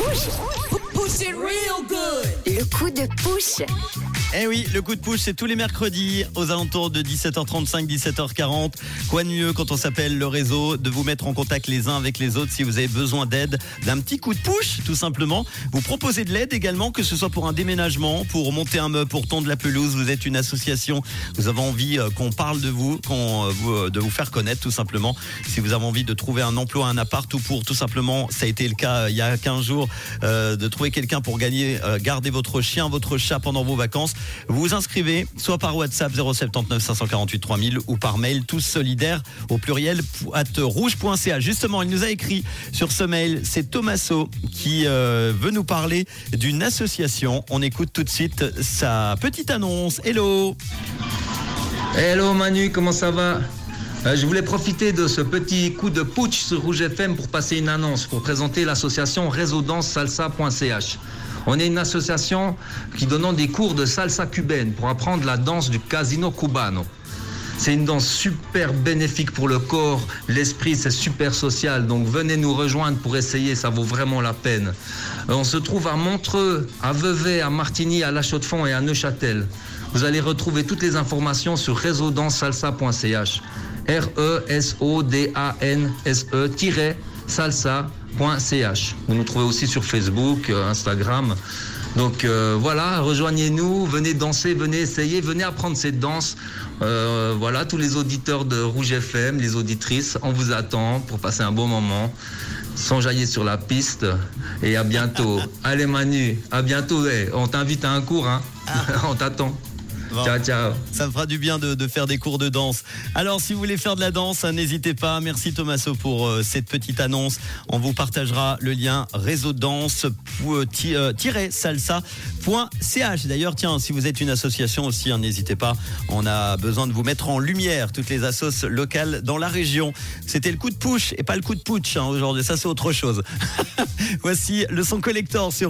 Rouge. Push it real good. Le coup de push. Eh oui, le coup de push, c'est tous les mercredis aux alentours de 17h35, 17h40. Quoi de mieux quand on s'appelle le réseau, de vous mettre en contact les uns avec les autres si vous avez besoin d'aide, d'un petit coup de push, tout simplement. Vous proposez de l'aide également, que ce soit pour un déménagement, pour monter un meuble, pour tondre la pelouse. Vous êtes une association, vous avez envie qu'on parle de vous, de vous faire connaître, tout simplement. Si vous avez envie de trouver un emploi, un appart, ou pour tout simplement, ça a été le cas il y a 15 jours, de trouver quelqu'un pour garder votre chien, votre chat pendant vos vacances. Vous vous inscrivez soit par WhatsApp 079 548 3000 ou par mail tous solidaires au pluriel @rouge.ca. Justement, il nous a écrit sur ce mail, c'est Thomaso qui veut nous parler d'une association. On écoute tout de suite sa petite annonce. Hello. Hello Manu, comment ça va? Je voulais profiter de ce petit coup de putsch sur Rouge FM pour passer une annonce, pour présenter l'association réseaudancesalsa.ch. On est une association qui donne des cours de salsa cubaine pour apprendre la danse du casino cubano. C'est une danse super bénéfique pour le corps, l'esprit, c'est super social. Donc venez nous rejoindre pour essayer, ça vaut vraiment la peine. On se trouve à Montreux, à Vevey, à Martigny, à La Chaux-de-Fonds et à Neuchâtel. Vous allez retrouver toutes les informations sur réseaudancesalsa.ch. RESODANSE-salsa.ch. Vous nous trouvez aussi sur Facebook, Instagram. Donc voilà, rejoignez-nous, venez danser, venez essayer, venez apprendre cette danse. Voilà, tous les auditeurs de Rouge FM, les auditrices, on vous attend pour passer un bon moment. S'enjailler sur la piste et à bientôt. Allez Manu, à bientôt. On t'invite à un cours, hein. On t'attend. Bon, ciao, ciao. Ça me fera du bien de faire des cours de danse. Alors, si vous voulez faire de la danse, n'hésitez pas. Merci Thomaso pour cette petite annonce. On vous partagera le lien réseaudance-salsa.ch. D'ailleurs, tiens, si vous êtes une association aussi, n'hésitez pas. On a besoin de vous mettre en lumière, toutes les assos locales dans la région. C'était le coup de push et pas le coup de putsch aujourd'hui. Ça, c'est autre chose. Voici le son collector sur